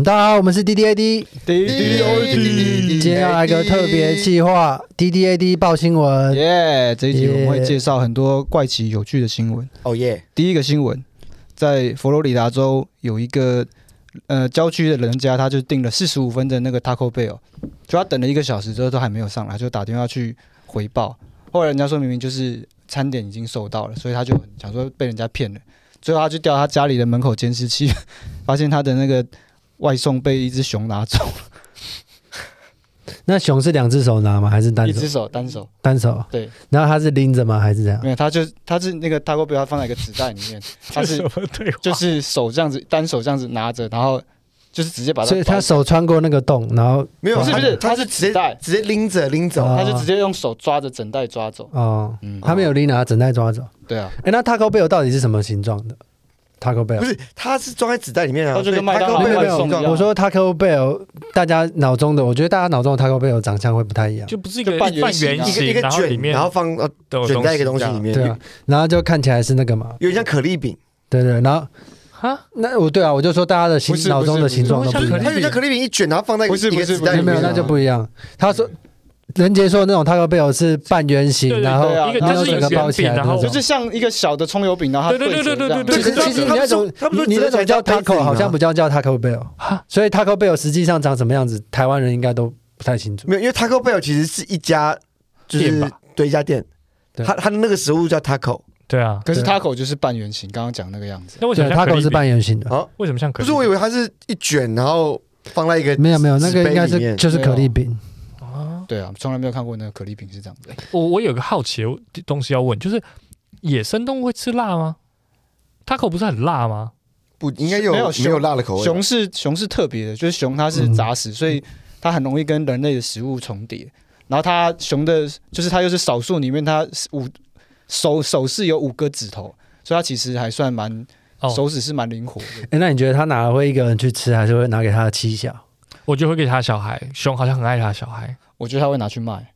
大家好，我们是 DDAD， 今天要来个特别企划 DDAD 报新闻。 这一集我们会介绍很多怪奇有趣的新闻。第一个新闻，在佛罗里达州有一个郊区的人家，他就订了45分的那个 Taco Bell， 就他等了1个小时之后都还没有上来，就打电话去回报。后来人家说明明就是餐点已经收到了，所以他就想说被人家骗了。最后他就调他家里的门口监视器，发现他的那个外送被一只熊拿走了。 那熊是2只手拿吗？还是单手？ 一只手，单手。 单手。 对。 然后他是拎着吗？还是这样？ 没有，他是那个 Taco Bell， 他放在一个纸袋里面，他是就是手这样子，单手这样子拿着，然后就是直接把它。 所以他手穿过那个洞，然后没有， 不是，他是直接拎走， 他就直接用手抓着整袋抓走。 哦，他没有拎拿整袋抓走。 对啊。 那 Taco Bell 到底是什么形状的？Taco Bell 不是，它是装在纸袋里面啊。 它就跟麦当劳外送一样。 我说 Taco Bell， 大家脑中的，我觉得大家脑中的 Taco Bell 长相会不太一样， 就不是一个半圆形， 一个卷，然后放卷在一个东西里面。 对啊，然后就看起来是那个嘛， 有点像可丽饼。 对，然后那我就说大家的脑中的形状都不一样。 它有像可丽饼一卷，然后放在一个纸袋里面。 没有，那就不一样。他说。任杰说的那种 Taco Bell 是半圆形，然后没有整个包起来的， 就是像一个小的葱油饼，然后它对。 其实你那种叫 Taco 好像不叫 Taco Bell， 所以 Taco Bell 实际上长什么样子，台湾人应该都不太清楚。 没有，因为 Taco Bell 其实是一家就是对一家店，它的那个食物叫 Taco。 对啊， 可是 Taco 就是半圆形，刚刚讲那个样子。 那为什么 Taco 是半圆形的？ 为什么像可丽饼？ 不是，我以为它是一卷，然后放在一个没有，那个应该是就是可丽饼。 对啊，从来没有看过那个可丽饼是这样的。 我有个好奇的东西要问，就是野生动物会吃辣吗 ？Taco 不是很辣吗？ 不，应该没有辣的口味。 熊是特别的，就是熊它是杂食，所以它很容易跟人类的食物重叠。然后它熊的，就是它又是少数里面，它手是有5个指头，所以它其实还算手指是蛮灵活的。 那你觉得他拿会一个人去吃，还是会拿给他的妻小？ 我觉得会给他小孩，熊好像很爱他小孩。 我觉得他会拿去卖。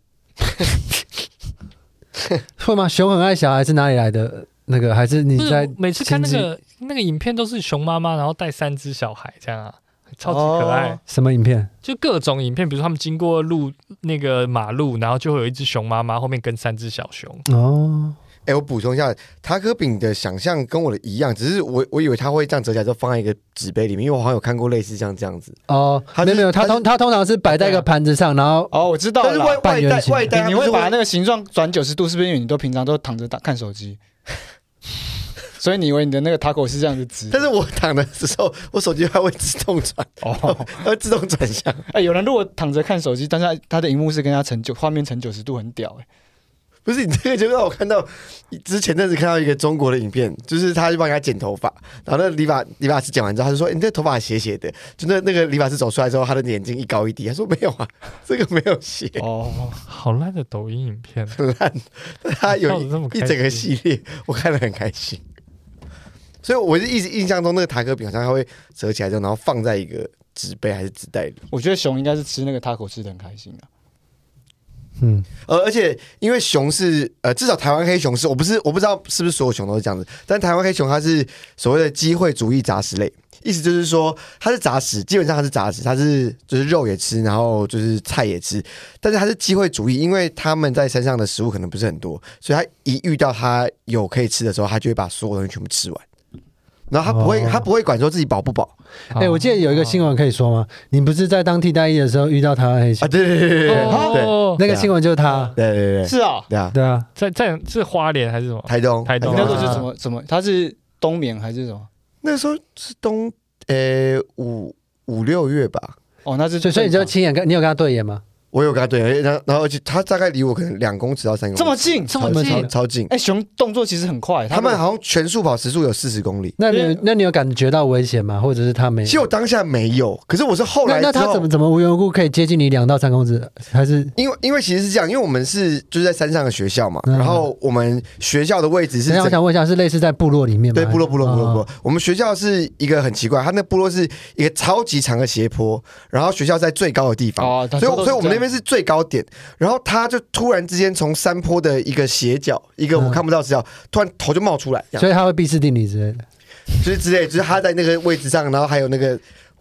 会吗？熊很爱小孩是哪里来的？那个还是你在每次看那个影片都是熊妈妈，然后带3只小孩这样啊，超级可爱。 什么影片？ 就各种影片，比如说他们经过那个马路，然后就会有一只熊妈妈后面跟3只小熊。 哦。 我补充一下，塔可饼的想象跟我的一样，只是我以为它会这样折起来之后放在一个纸杯里面，因为我好像有看过类似像这样子。 没有，它通常是摆在一个盘子上，然后我知道了， 但是外带你会把那个形状转90度，是不是因为你平常都躺着看手机？所以你以为你的那个 taco 是这样子直？ 但是我躺的时候，我手机还会自动转，会自动转向。 有人如果躺着看手机，但是他的荧幕是跟他画面成90度，很屌不是，你这个就让我看到之前阵子看到一个中国的影片，就是他去帮人家剪头发，然后那理发师剪完之后，他就说：“你这头发斜斜的。”就那个理发师走出来之后，他的眼睛一高一低，他说：“没有啊，这个没有斜。” 好烂的抖音影片， 很烂。他有一整个系列，我看得很开心。所以我就一直印象中那个塔可饼好像它会折起来之后，然后放在一个纸杯还是纸袋里。 我觉得熊应该是吃那个 taco 吃得很开心啊。 而且因为熊是至少台湾黑熊是我不知道是不是所有熊都是这样子，但台湾黑熊它是所谓的机会主义杂食类，意思就是说它是杂食，基本上它是杂食，它是就是肉也吃，然后就是菜也吃，但是它是机会主义，因为他们在山上的食物可能不是很多，所以它一遇到它有可以吃的时候，它就会把所有东西全部吃完。然后他不会管说自己饱不饱。 我记得有一个新闻可以说吗？你不是在当替代役的时候遇到台湾黑熊？ 对， 那个新闻就是他。 对， 是啊， 对啊， 在是花莲还是什么？ 台东。 那时候是怎么？他是冬眠还是什么？ 那时候是5、6月吧。 那是所以你就亲眼看，你有跟他对眼吗？ 我有跟他对，然后而且他大概离我可能2公尺到3公尺， 这么近， 超近。 熊动作其实很快， 他们好像全速跑时速有40公里。 那你有感觉到危险吗？或者是他没？ 其实我当下没有，可是我是后来。 那他怎么无缘无故可以接近你2到3公尺？还是因为其实是这样，因为我们就是在山上的学校嘛，然后我们学校的位置是。 我想问一下，是类似在部落里面吗？ 对，部落。我们学校是一个很奇怪，它那部落是一个超级长的斜坡，然后学校在最高的地方，所以我们那边是最高点。然后他就突然之间从山坡的一个斜角，一个我看不到的角，突然头就冒出来， 所以他会毕氏定理之类的， 就是之类，就是他在那个位置上，然后还有那个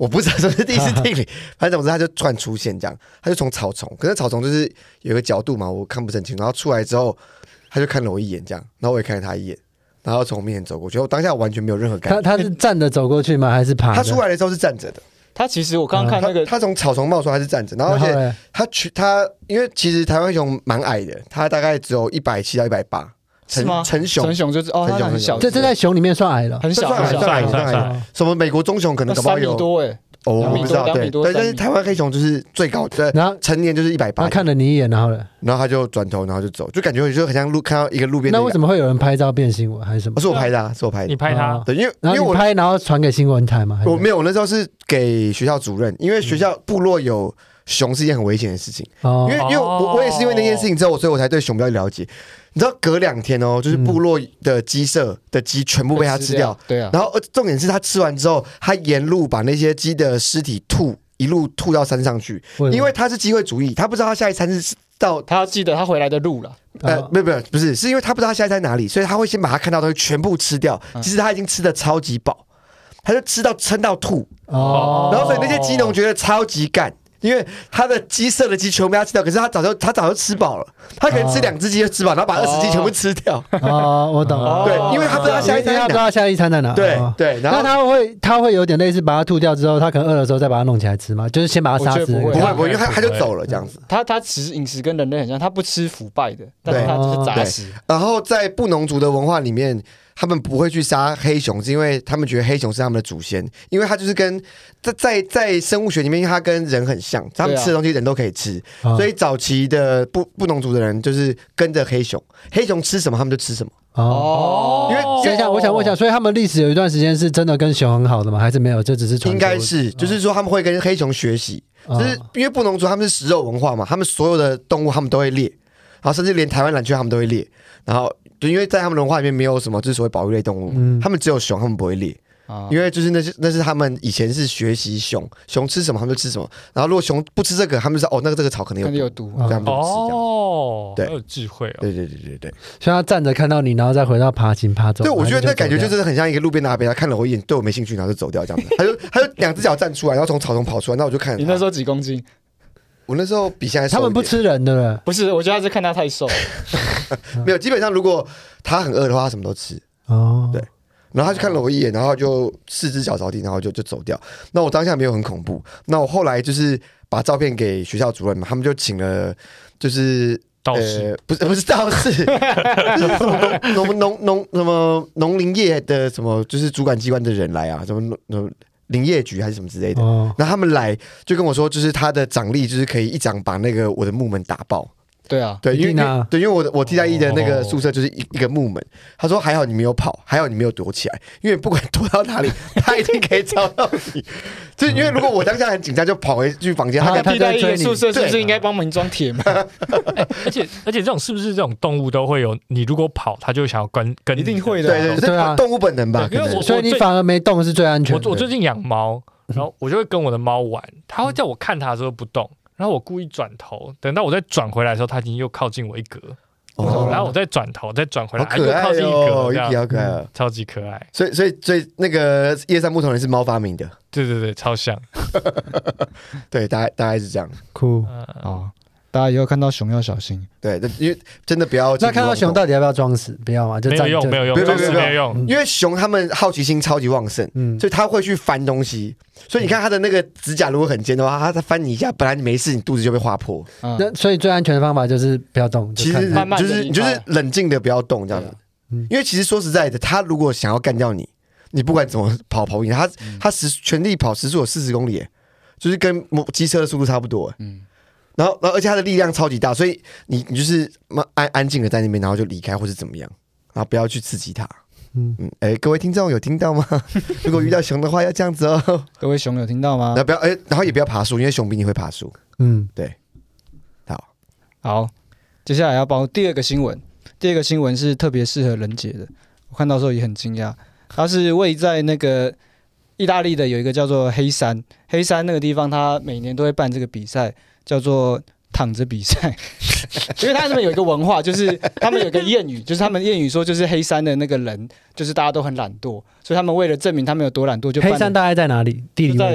我不知道什么是第四定理，反正总之它就突然出现这样，它就从草丛，可是草丛就是有一个角度嘛，我看不是很清楚，然后出来之后，他就看了我一眼这样，然后我也看了他一眼，然后从我面前走过去，我当下完全没有任何感觉。 他是站着走过去吗？还是爬？ 他出来的时候是站着的。 他其实我刚刚看那个， 他从草丛冒出来是站着，然后而且他因为其实台湾黑熊蛮矮的，他大概只有170到180。 是吗？ 成熊就是它很小， 这在熊里面算矮了， 很小， 算矮。什么美国棕熊可能搞不好有 3米多我不知道，对，但是台湾黑熊就是最高，对，然后成年就是180。 他看了你一眼，然后他就转头，然后就走，就感觉就很像看到一个路边。 那为什么会有人拍照变新闻还是什么？ 是我拍的啊，是我拍的。 你拍他？ 对，因为我拍，然后传给新闻台嘛。 我没有，我那时候是给学校主任，因为学校部落有熊是一件很危险的事情。因为我也是因为那件事情之后，所以我才对熊比较了解。你知道隔2天哦，就是部落的鸡舍的鸡全部被它吃掉， 对啊。 然后重点是它吃完之后，它沿路把那些鸡的尸体一路吐到山上去，因为他是机会主义，他不知道他下一餐是到， 他要记得他回来的路了。 不是，是因为他不知道他下一餐哪里，所以他会先把他看到的东西全部吃掉。其实他已经吃的超级饱，他就吃到撑到吐，然后所以那些鸡农觉得超级干。因为他的鸡舍的鸡全部被他吃掉，可是他早就吃饱了，他可能吃2只鸡就吃饱，然后把20鸡全部吃掉。 我懂了。 对，因为他不知道下一餐在哪。对，然后他会有点类似把它吐掉之后，他可能饿的时候再把它弄起来吃嘛，就是先把它杀死。 不会，因为他就走了这样子。 他饮食跟人类很像，他不吃腐败的，但是他就是杂食。 然后在布农族的文化里面，他们不会去杀黑熊，是因为他们觉得黑熊是他们的祖先，因为他就是跟在生物学里面，他跟人很像，他们吃的东西人都可以吃，所以早期的布农族的人就是跟着黑熊吃什么他们就吃什么。因为我想问一下，所以他们历史有一段时间是真的跟熊很好的吗？还是没有？这只是传说？ 应该是，就是说他们会跟黑熊学习，就是因为布农族他们是食肉文化嘛，他们所有的动物他们都会猎，然后甚至连台湾蓝雀他们都会猎，然后就因为在他们的文化里面没有什么就是所谓保育类动物，他们只有熊，他们不会猎。因为就是那是他们以前是学习熊吃什么他们就吃什么，然后如果熊不吃这个，他们就说那个草可能有毒，这样不吃这样。对， 很有智慧哦。 对， 所以他站着看到你，然后再回到爬行爬走。 对，我觉得那感觉就真的很像一个路边的阿伯，他看了我一眼，对我没兴趣，然后就走掉这样子。他就2只脚站出来，然后从草丛跑出来，那我就看。 你那时候几公斤？ 我那时候比现在瘦。 他们不吃人的了？ 不是，我觉得他是看他太瘦。 没有，基本上如果他很饿的话，他什么都吃。对。然后他就看了我一眼，然后就4只脚着地，然后就走掉。那我当下没有很恐怖。那我后来就是把照片给学校主任嘛，他们就请了就是道士， 不是道士，就是什么农林业的什么就是主管机关的人来啊，什么林业局还是什么之类的。那他们来就跟我说，就是他的掌力就是可以一掌把那个我的木门打爆。 对啊， 对，因为我替代役的那个宿舍就是一个木门。他说还好你没有跑，还好你没有躲起来，因为不管躲到哪里，他一定可以找到你。就是因为如果我当下很紧張，就跑回去房间，他替代役的宿舍是不是应该帮忙装铁门？ 而且这种是不是这种动物都会有？你如果跑，它就想要跟， 一定会的。 对啊，动物本能吧。 所以你反而没动是最安全的。 我最近养猫，然后我就会跟我的猫玩，它会叫我看它的时候不动。然后我故意转头，等到我再转回来的时候，它已经又靠近我一格。然后我再转头，再转回来，又靠近一格，这样可爱， 超级可爱。 所以那个夜山木头人是猫发明的。 对，超像。 对，大概是这样。 酷大家以后看到熊要小心。 对，因为真的不要。 那看到熊到底要不要装死？不要嘛，就没有用，没有用，装死没有用。 因为熊他们好奇心超级旺盛，所以他会去翻东西。所以你看他的那个指甲如果很尖的话，他翻你一下，本来你没事，你肚子就被划破。 那所以最安全的方法就是不要动。 其实你就是冷静的不要动这样子。因为其实说实在的，他如果想要干掉你，你不管怎么跑赢他全力跑时速有40公里，就是跟机车的速度差不多。然后而且他的力量超级大，所以你就是安静的在那边，然后就离开或是怎么样，然后不要去刺激他。各位听众有听到吗？如果遇到熊的话要这样子哦。 各位熊有听到吗？ 然后也不要爬树，因为熊比你会爬树。对。 好，接下来要报第2个新闻。第2个新闻是特别适合人杰的，我看到时候也很惊讶。它是位在那个意大利的有一个叫做黑山那个地方，它每年都会办这个比赛。叫做躺着比赛，因为他这边有一个文化，就是他们有一个谚语，就是他们谚语说，就是黑山的那个人，就是大家都很懒惰，所以他们为了证明他们有多懒惰，就黑山大概在哪里？地理位置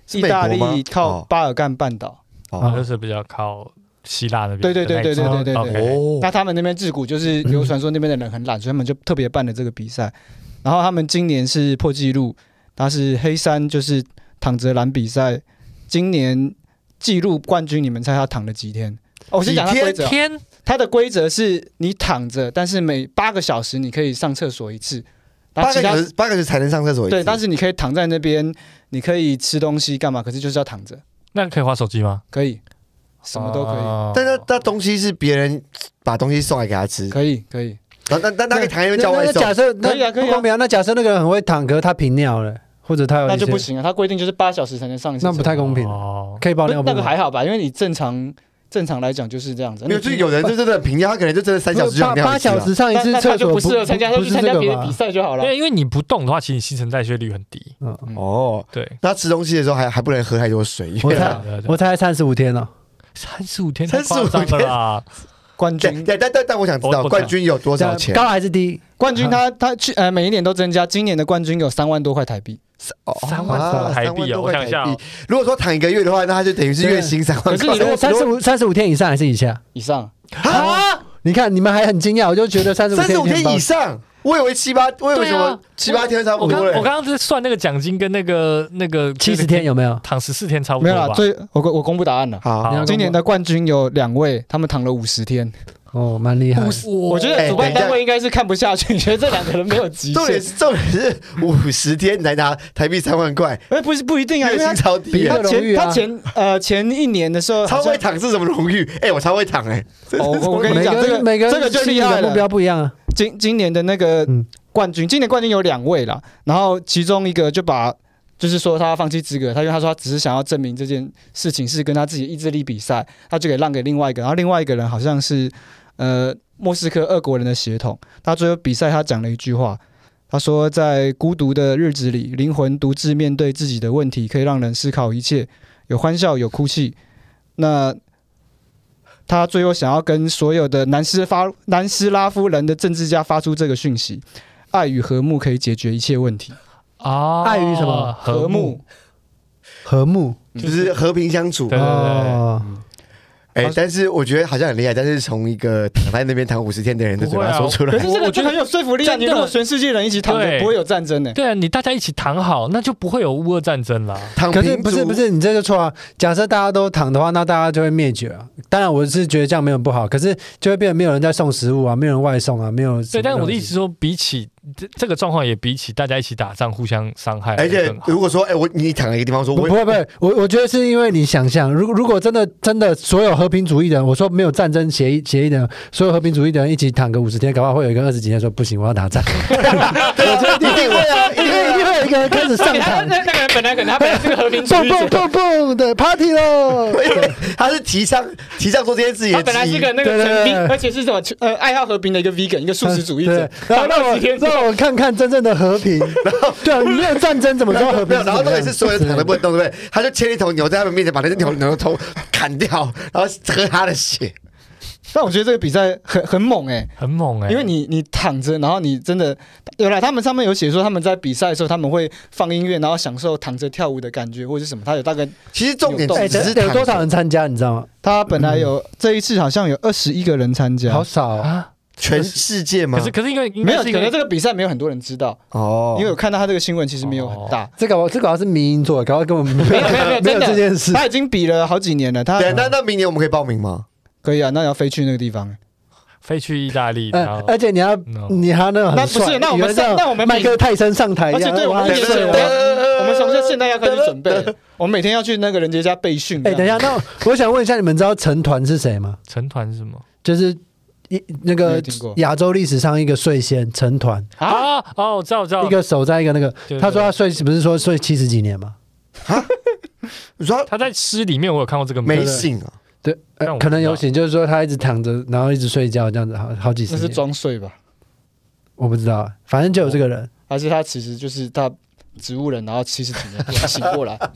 意大利靠巴尔干半岛， 就是比较靠希腊那边。 对。那他们那边自古就是流传说那边的人很懒，所以他们就特别办了这个比赛。然后他们今年是破纪录，他是黑山就是躺着篮比赛，今年纪录冠军，你们猜他躺了几天？我先讲他规则。它的规则是你躺着，但是每8个小时你可以上厕所一次。 8个小时才能上厕所一次。 对，但是你可以躺在那边，你可以吃东西干嘛？可是就是要躺着。 那可以滑手机吗？ 可以，什么都可以。 但是那东西是别人把东西送来给他吃。 可以。 那他可以躺在那边叫外送。 假设可以啊。 那假设那个人很会躺，可是他频尿了，或者他有那就不行啊。他规定就是8小时才能上一次。 那不太公平。可以包尿布。 那个还好吧，因为你正常来讲就是这样子。 没有，就是有人就真的很频尿，他可能就真的3小时就尿。 8小时上一次厕所， 他就不适合参加，他去参加别的比赛就好了。 对，因为你不动的话，其实你新陈代谢率很低。 对。那吃东西的时候还不能喝太多水。 我才35天呢。 35天，35天啦。 冠军， 但我想知道冠军有多少钱？ 高还是低？ 冠军他每一年都增加，今年的冠军有3万多块台币。 3万多台币哦，我想一下。 如果说躺1个月的话，那他就等于是月薪3万块。 可是你如果 35天以上还是以下？ 以上啊！你看你们还很惊讶，我就觉得35 天以上。我以为我以为什么7-8天差不多。 我刚刚是算那个奖金跟那个 70天有没有？ 躺14天差不多吧。 没有啦，我公布答案了。 好， 今年的冠军有2位，他们躺了50天。 蛮厉害。 我觉得主办单位应该是看不下去，觉得这2个人没有极限。 重点是50天才拿台币3万块。 不一定啊，因为超低。 他前1年的时候， 超会躺是什么荣誉？我超会躺我跟你讲，这个就厉害了， 目标不一样啊。 今年的那个冠军，今年冠军有2位啦，然后其中一个就是说他放弃资格，因为他说他只是想要证明这件事情是跟他自己意志力比赛，他就给让给另外一个，然后另外一个人好像是莫斯科俄国人的血统，他最后比赛他讲了一句话，他说在孤独的日子里，灵魂独自面对自己的问题，可以让人思考一切，有欢笑有哭泣。那他最后想要跟所有的南斯拉夫人的政治家发出这个讯息：爱与和睦可以解决一切问题。 爱与什么？ 和睦就是和平相处。 对。 但是我觉得好像很厉害，但是从一个躺在那边躺50天的人的嘴巴说出来， 可是这个就很有说服力啊！你如果全世界人一起躺着，不会有战争呢。 对啊，你大家一起躺好，那就不会有乌俄战争啦。 可是不是，你这就错啊！假设大家都躺的话，那大家就会灭绝啊。当然，我是觉得这样没有不好，可是就会变得没有人在送食物啊，没有人外送啊，没有。 对，但是我的意思说，比起这个状况，也比起大家一起打仗互相伤害， 而且如果说你躺在一个地方说， 不会，我觉得是因为你想象，如果真的所有和平主义的人，我说没有战争协议的人，所有和平主义的人一起躺个50天，搞不好会有一个20几天说不行，我要打仗。我觉得一定会啊，一定会有一个人开始上场。 那个人本来是个和平主义者， 蹦的 party 咯。 他是提倡做这件事情， 他本来是个那个成兵，而且是什么爱好和平的一个 vegan， 一个素食主义者。 然后让我看看真正的和平。然后对啊，你没有战争怎么知道和平？ 然后重点是所有人躺都不能动，对不对？他就牵一头牛在他们面前，把那只牛的头砍掉，然后喝他的血。 但我觉得这个比赛很猛很猛因为你躺着，然后你真的有啦，他们上面有写说他们在比赛的时候他们会放音乐，然后享受躺着跳舞的感觉或者是什么，他有大概其实重点只是有多少人参加，你知道吗？ 他本来有这一次好像有21个人参加， 好少啊。全世界吗？ 可是因为没有，可能这个比赛没有很多人知道因为我看到他这个新闻其实没有很大。 这个好像是迷因做的，搞到根本没有这件事。 他已经比了好几年了。 对，那明年我们可以报名吗？ 可以啊，那要飞去那个地方。 飞去意大利， 而且你还那那不是，那我们迈克尔泰森上台， 而且对我们从现在要开始准备，我们每天要去那个人家家备训。 等一下，那我想问一下，你们知道成团是谁吗？ 成团是什么？ 就是那个亚洲历史上一个睡仙成团我知道， 一个手在一个那个，他说他睡不是说睡70几年吗？ 你说他在诗里面我有看过这个没醒啊？ 对，可能有醒，就是说他一直躺着，然后一直睡觉，这样子好几十年。 那是装睡吧？ 我不知道，反正就有这个人， 还是他其实就是他植物人，然后70几年突然醒过来。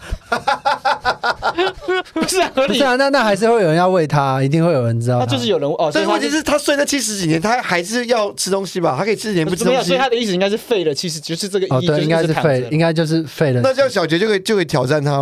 不是合理， 不是啊，那还是会有人要喂他，一定会有人知道。 他就是有人所以问题是他睡了70几年，他还是要吃东西吧？他可以吃点不吃东西。 所以他的意思应该是废了70，就是这个意义， 对，应该是废，应该就是废了。 那这样小杰就可以挑战他吗？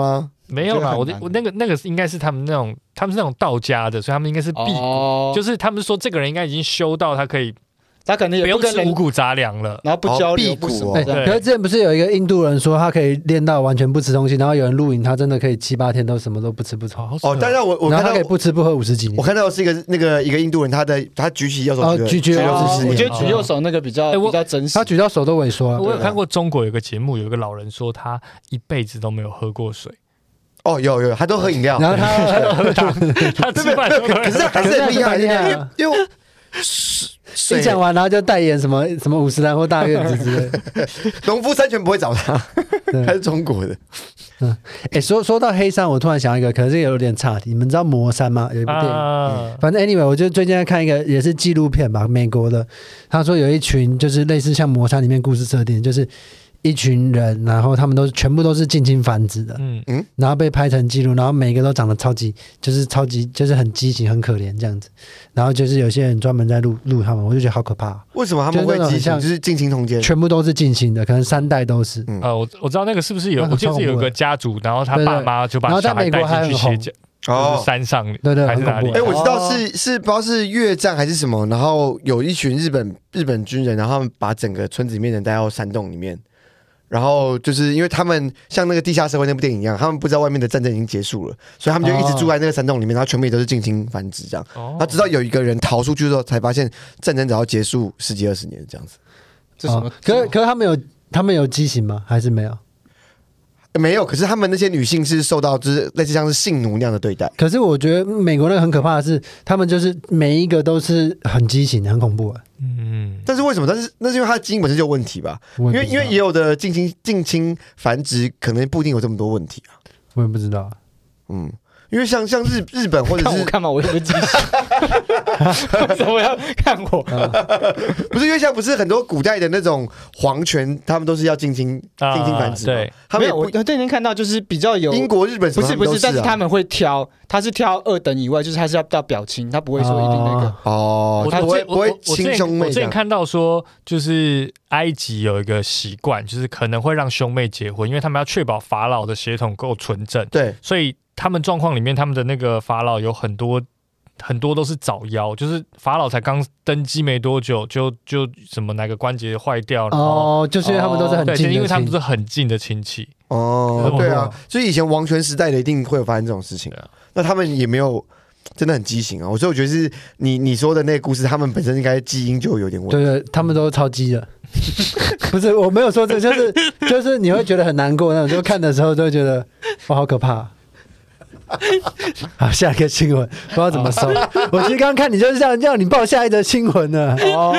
没有啦，我那个应该是他们是那种道家的，所以他们应该是辟谷，就是他们说这个人应该已经修到他可以。他可能也不用吃五谷杂粮了， 然后不交流不什么。 可是之前不是有一个印度人说他可以练到完全不吃东西，然后有人录影，他真的可以7、8天都什么都不吃不喝。 但是我看到他可以不吃不喝50几年。 我看到是一个印度人，他举起右手举右手， 我觉得举右手那个比较真实。 他举到手都萎缩了。 我有看过中国有个节目，有一个老人说他一辈子都没有喝过水。 有，他都喝饮料， 然后他喝汤，他吃饭都喝。 可是还是很厉害，因为。 一讲完，然后就代言什么50岚或大院子之类的， 农夫山泉不会找他，他是中国的。 说到黑山，我突然想到一个，可能是有点岔题。你们知道魔山吗？有一部电影，反正 anyway， 我就最近在看一个也是纪录片吧，美国的。他说有一群就是类似像魔山里面故事设定，就是一群人，然后他们全部都是近亲繁殖的，然后被拍成记录，然后每个都长得超级就是很畸形很可怜这样子，然后就是有些人专门在录他们，我就觉得好可怕。 为什么他们会畸形？就是近亲通奸， 全部都是近亲的，可能3代都是。 我知道那个是不是有？我记得是有个家族，然后他爸妈就把小孩带进去邪教，山上， 对， 还是哪里？ 我知道是不知道是越战还是什么，然后有一群日本军人，然后他们把整个村子里面人带到山洞里面。然后就是因为他们像那个地下社会那部电影一样，他们不知道外面的战争已经结束了，所以他们就一直住在那个山洞里面，然后全部也都是近亲繁殖这样。他直到有一个人逃出去之后，才发现战争早要结束10几20年这样子。 这什么？ 可是他们有畸形吗？还是没有？ 没有，可是他们那些女性是受到就是类似像是性奴那样的对待。 可是我觉得美国那个很可怕的是，他们就是每一个都是很畸形的，很恐怖的。 但是为什么？那是因为他的基因本身就有问题吧？因为也有的近亲繁殖可能不一定有这么多问题啊。 我也不知道。 因为像日本或者是看嘛，我又不是畸形，为什么要看我？ 不是因为像不是很多古代的那种皇权，他们都是要近亲繁殖嘛？ 对， 他们我最近看到就是比较有英国、日本什么不是，但是他们会挑，他是挑2等以外，就是他是要到表亲，他不会说一定那个他不会亲兄妹。 我之前看到说，就是埃及有一个习惯，就是可能会让兄妹结婚，因为他们要确保法老的血统够纯正。 对， 所以他们状况里面，他们的那个法老有很多都是早夭，就是法老才刚登基没多久，就什么哪个关节坏掉，然后就是因为他们都是很近的， 因为他们都是很近的亲戚。 对啊，所以以前王权时代的一定会有发生这种事情啊。那他们也没有真的很畸形啊，所以我觉得是你说的那个故事，他们本身应该基因就有点问题。 对，他们都超畸的。不是，我没有说这，就是你会觉得很难过那种，就看的时候就会觉得哇好可怕。好，下一个新闻不知道怎么收。我其实刚刚看你就是这样叫你报下一则新闻呢。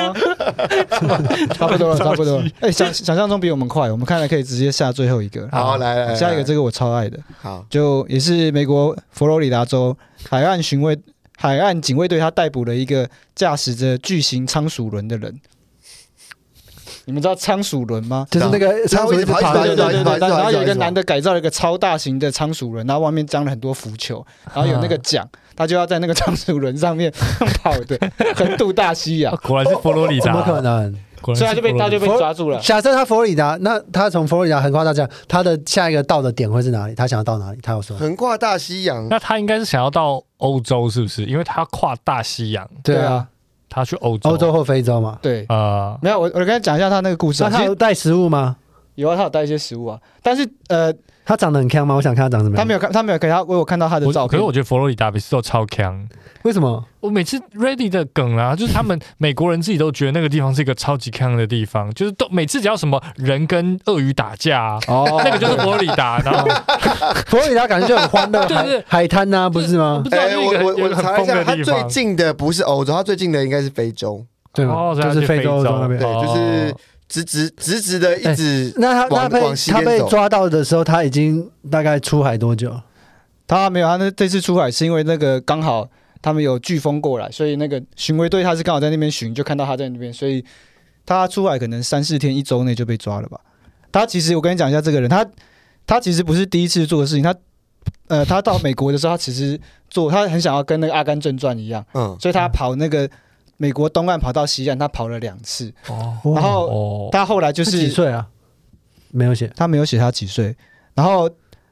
差不多了。想象中比我们快，我们看来可以直接下最后一个。 好，来， 下一个这个我超爱的。 好， 就也是美国佛罗里达州海岸警卫队，他逮捕了一个驾驶着巨型仓鼠轮的人。你们知道仓鼠轮吗？ 就是那个仓鼠一直跑， 对，然后有一个男的改造了一个超大型的仓鼠轮，然后外面装了很多浮球，然后有那个桨，他就要在那个仓鼠轮上面跑的，横渡大西洋。 果然是佛罗里达， 怎么可能？ 所以他就被抓住了。 假设他佛罗里达，那他从佛罗里达横跨大西洋，他的下一个到的点会是哪里？他想要到哪里？他有说横跨大西洋， 那他应该是想要到欧洲，是不是？因为他跨大西洋。 对啊。 他去欧洲或非洲嘛？ 对没有，我跟他讲一下他那个故事。 那他有带食物吗？ 有啊，他有带一些食物啊。但是他长得很强吗？我想看他长什么样。 他没有给他，我有看到他的照片。 可是我觉得佛罗里达比斯都超强。 为什么？ 我每次 Ready 的梗啊，就是他们美国人自己都觉得那个地方是一个超级强的地方，就是每次只要什么人跟鳄鱼打架那个就是佛罗里达。然后佛罗里达感觉就很欢乐，海滩啊，不是吗？ 我查一下，他最近的不是欧洲，他最近的应该是非洲。 对吗？就是非洲那边， 对，就是直的一直。 那他被抓到的时候，他已经大概出海多久？ 他没有，他这次出海是因为那个刚好他们有飓风过来，所以那个巡卫队他是刚好在那边巡，就看到他在那边，所以他出海可能3、4天、1周内就被抓了吧。他其实我跟你讲一下这个人，他其实不是第一次做的事情，他到美国的时候，他其实他很想要跟那个《阿甘正传》一样，所以他跑那个。美国东岸跑到西岸，他跑了2次。然后他后来就是几岁啊？没有写， 他没有写他几岁。然后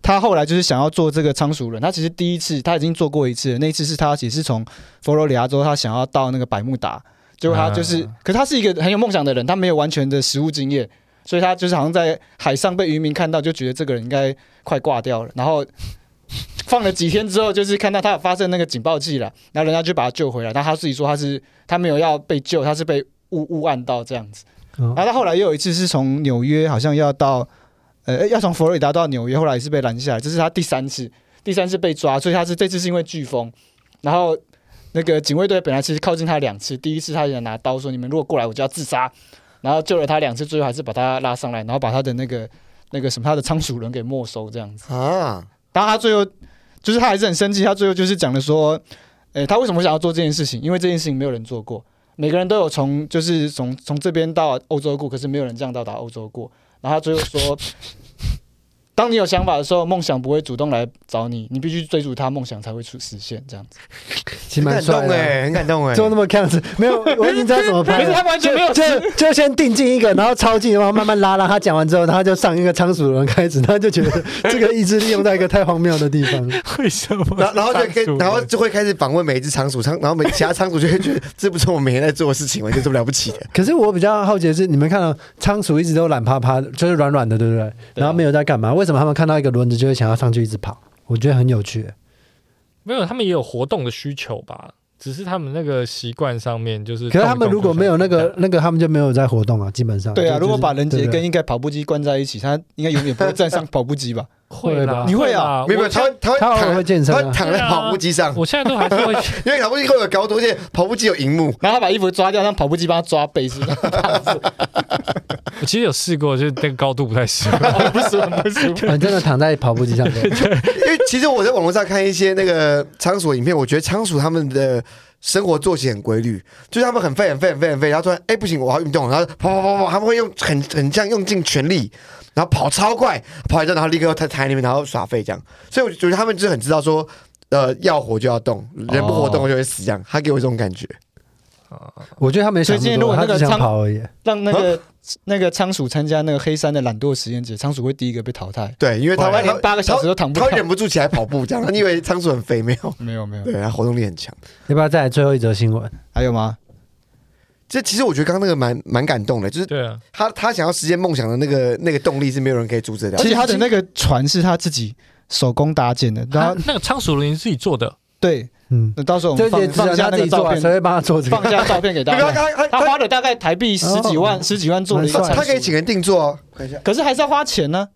他后来就是想要做这个仓鼠轮，他其实第一次他已经做过一次了，那一次是他也是从佛罗里达州他想要到那个百慕达，结果他就是，可是他是一个很有梦想的人，他没有完全的实务经验，所以他就是好像在海上被渔民看到，就觉得这个人应该快挂掉了，然后放了几天之后，就是看到他有发射那个警报器了，然后人家就把他救回来，但他自己说他没有要被救，他是被误按到这样子。然后他后来又有一次是从纽约好像要从佛罗里达到纽约，后来也是被拦下来，这是他第三次被抓，所以这次是因为飓风，然后那个警卫队本来其实靠近他2次，第一次他想拿刀说你们如果过来我就要自杀，然后救了他2次，最后还是把他拉上来，然后把他的那个什么他的仓鼠轮给没收这样子啊。然后他最后就是他还是很生气，他最后就是讲了说，他为什么想要做这件事情？因为这件事情没有人做过，每个人都有从这边到欧洲过，可是没有人这样到达欧洲过。然后他最后说，当你有想法的时候，梦想不会主动来找你，你必须追逐它，梦想才会实现。这样子， 其实蛮帅的，很感动哎， 就那么看子，没有，我已经知道怎么拍了。 他完全没有， 就先定睛一个，然后超近，然后慢慢拉。他讲完之后，他就上一个仓鼠轮开始，他就觉得这个意志力用在一个太荒谬的地方。 为什么？ 然后就会开始访问每一只仓鼠，然后其他仓鼠就会觉得这不是我每天在做的事情，我就这么了不起的。 可是我比较好奇的是，你们看到仓鼠一直都懒趴趴的，就是软软的，对不对？然后没有在干嘛？为什么他们看到一个轮子就会想要上去一直跑？我觉得很有趣。 没有，他们也有活动的需求吧？只是他们那个习惯上面就是， 可是他们如果没有那个，他们就没有在活动啊，基本上。 对啊，如果把人杰跟一个跑步机关在一起，他应该永远不会站上跑步机吧？ 会吧？ 你会啊？ 没有，他会健身， 他躺在跑步机上。 我现在都还是会， 因为跑步机会有高度，而且跑步机有荧幕， 然后他把衣服抓掉，让跑步机帮他抓背是。 我其实有试过，就是那个高度不太适合， 不舒服。 真的躺在跑步机上。 因为其实我在网络上看一些那个仓鼠影片，我觉得仓鼠他们的生活作息很规律，就是他们很废，然后突然不行，我要运动，然后跑，他们会用很这样用尽全力，然后跑超快，跑一阵然后立刻躺在那边，然后耍废这样。所以我觉得他们就是很知道说，要活就要动，人不活动就会死这样。他给我这种感觉。 我觉得他没想那么多，他只想跑而已。 让那个仓鼠参加那个黑山的懒惰实验节，仓鼠会第一个被淘汰。 对，因为他连8个小时都躺不好， 他忍不住起来跑步这样。你以为仓鼠很肥？没有， 没有。 对，他活动力很强。 要不要再来最后一则新闻？ 还有吗？ 这其实我觉得刚刚那个蛮感动的，就是他想要实现梦想的那个动力是没有人可以阻止的。 其实他的那个船是他自己手工搭建的，然后那个仓鼠轮是自己做的。 对。到时候我们放下那个照片， 谁会帮他做这个？ 放下照片给大家。他花了大概台币十几万做了一个， 他可以请人定做哦。 可是还是要花钱呢。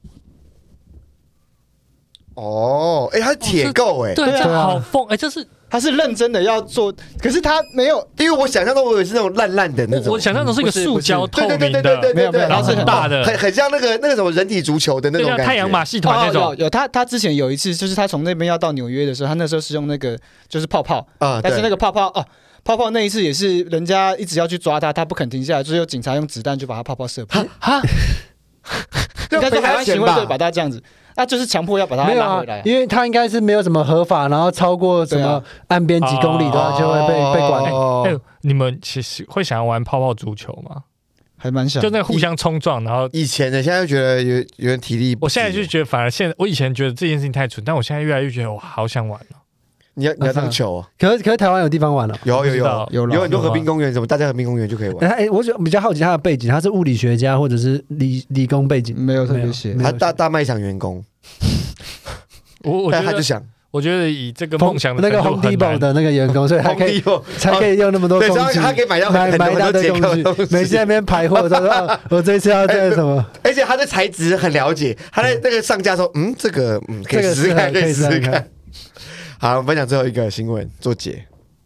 哦，他是铁构哎， 对啊，好疯哎，就是他是认真的要做，可是他没有， 因为我想象中我以为是那种烂的那种， 我想象中是一个塑胶透明的， 没有， 然后是很大的， 很像那个什么人体足球的那种感觉， 太阳马戏团那种。 有他之前有一次，就是他从那边要到纽约的时候，他那时候是用那个就是泡泡啊，但是那个泡泡那一次也是人家一直要去抓他，他不肯停下来，最后警察用子弹就把他泡泡射破。哈，应该是海湾刑卫队把他这样子。那就是强迫要把他拉回来， 因为他应该是没有什么合法，然后超过什么岸边几公里的话，就会被管。 你们其实会想要玩泡泡足球吗？ 还蛮想， 就那互相冲撞，然后以前的，现在就觉得有点体力。 我现在就觉得，反而我以前觉得这件事情太蠢，但我现在越来越觉得我好想玩了。 你要当球啊？ 可是台湾有地方玩了， 有很多河滨公园，什么大家河滨公园就可以玩。 我比较好奇他的背景，他是物理学家或者是理工背景？ 没有特别写， 他大卖场员工。 我觉得他就想， 我觉得以这个梦想的那个 Home Depot 的那个员工，所以才可以用那么多工具， 他可以买到很多捷克工具，每次在那边排货，他说我这次要这个什么， 而且他对材质很了解，他在那个上架说，这个可以试试看，可以试试看。好，我们分享最后一个新闻做结。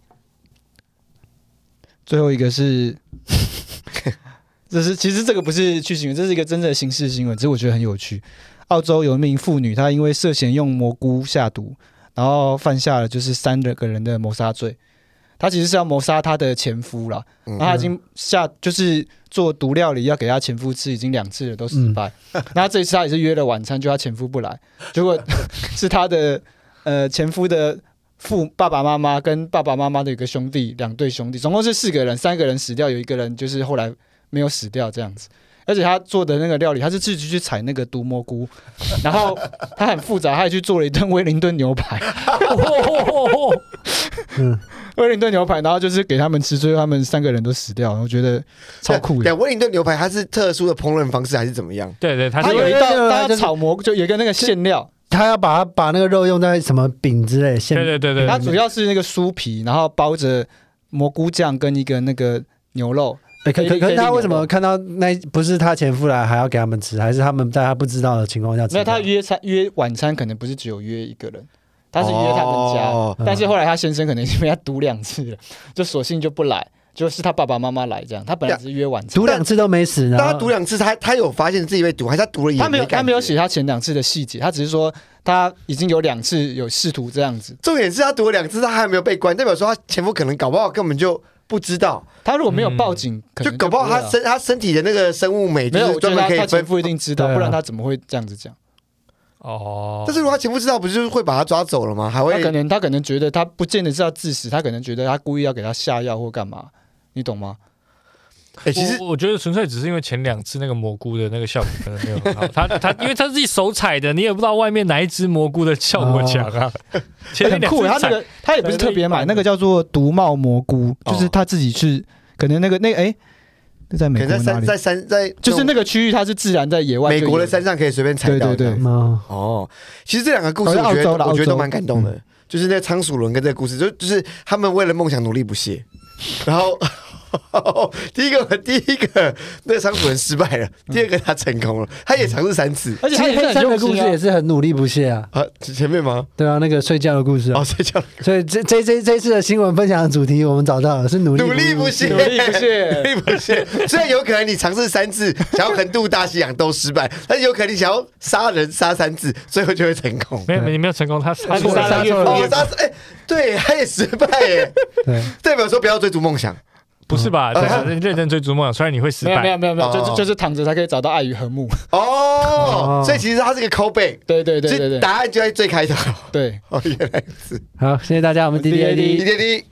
最后一个是，其实这个不是趣新闻，这是一个真正的刑事新闻，只是我觉得很有趣。澳洲有一名妇女，她因为涉嫌用蘑菇下毒，然后犯下了就是3个人的谋杀罪。她其实是要谋杀她的前夫啦，然后她已经就是做毒料理要给她前夫吃，已经2次了都失败。那这一次她也是约了晚餐，就她前夫不来，结果是她的前夫的爸爸妈妈跟爸爸妈妈的一个兄弟，2对兄弟，总共是4个人，3个人死掉，有1个人就是后来没有死掉这样子。 而且他做的那个料理，他是自己去采那个毒蘑菇，然后他很复杂，他还去做了一顿威灵顿牛排。威灵顿牛排，然后就是给他们吃，最后他们3个人都死掉，我觉得超酷的。 对，威灵顿牛排它是特殊的烹饪方式还是怎么样？ 对， 它有一道他炒蘑菇，就有一个那个馅料， 他要把那个肉用在什么饼之类馅。 对， 它主要是那个酥皮，然后包着蘑菇酱跟一个那个牛肉。 可是他为什么看到那不是他前夫来还要给他们吃，还是他们在他不知道的情况下吃？ 没有，他约晚餐可能不是只有约一个人。他是约他们家，但是后来他先生可能被他毒2次了，就索性就不来，就是他爸爸妈妈来这样。他本来只是约晚餐， 毒2次都没死。 但他毒2次，他有发现自己被毒，还是他毒了也没感觉？ 他没有写他前2次的细节，他只是说他已经有2次有试图这样子。 重点是他毒了2次，他还没有被关，代表说他前夫可能搞不好根本就不知道。 他如果没有报警， 就搞不好他身体的那个生物美就是专门可以他前夫一定知道，不然他怎么会这样子讲？ 但是如果他前夫知道，不就是会把他抓走了吗？还会他可能觉得他不见得是要致死，他可能觉得他故意要给他下药或干嘛，你懂吗？ 其实我觉得纯粹只是因为前2次那个蘑菇的那个效果可能没有很好，他因为他自己手采的，你也不知道外面哪一只蘑菇的效果强啊。 很酷，他也不是特别买，那个叫做毒帽蘑菇，就是他自己去，可能那在美国哪里？ 在就是那个区域，它是自然在野外， 美国的山上可以随便采到。 对。 其实这2个故事，我觉得都蛮感动的。就是那个仓鼠轮跟这个故事，就是他们为了梦想努力不懈。然后第一个那个仓鼠人失败了，第2个他成功了，他也尝试3次。 而且他 3个故事也是很努力不懈啊。 前面吗？ 对啊，那个睡觉的故事。 睡觉。 所以这次的新闻分享的主题我们找到了，是努力不懈。虽然有可能你尝试3次，想要横渡大西洋都失败，但是有可能你想要杀人杀3次，最后就会成功。 没有，你没有成功，他杀错了。 对，他也失败耶。对，代表说不要追逐梦想。 不是吧？认真追逐梦想，虽然你会失败。 没有，就是躺着才可以找到爱与和睦。 所以其实它是个 callback。 对， 答案就在最开头。 对， 原来是。 好，谢谢大家，我们滴滴。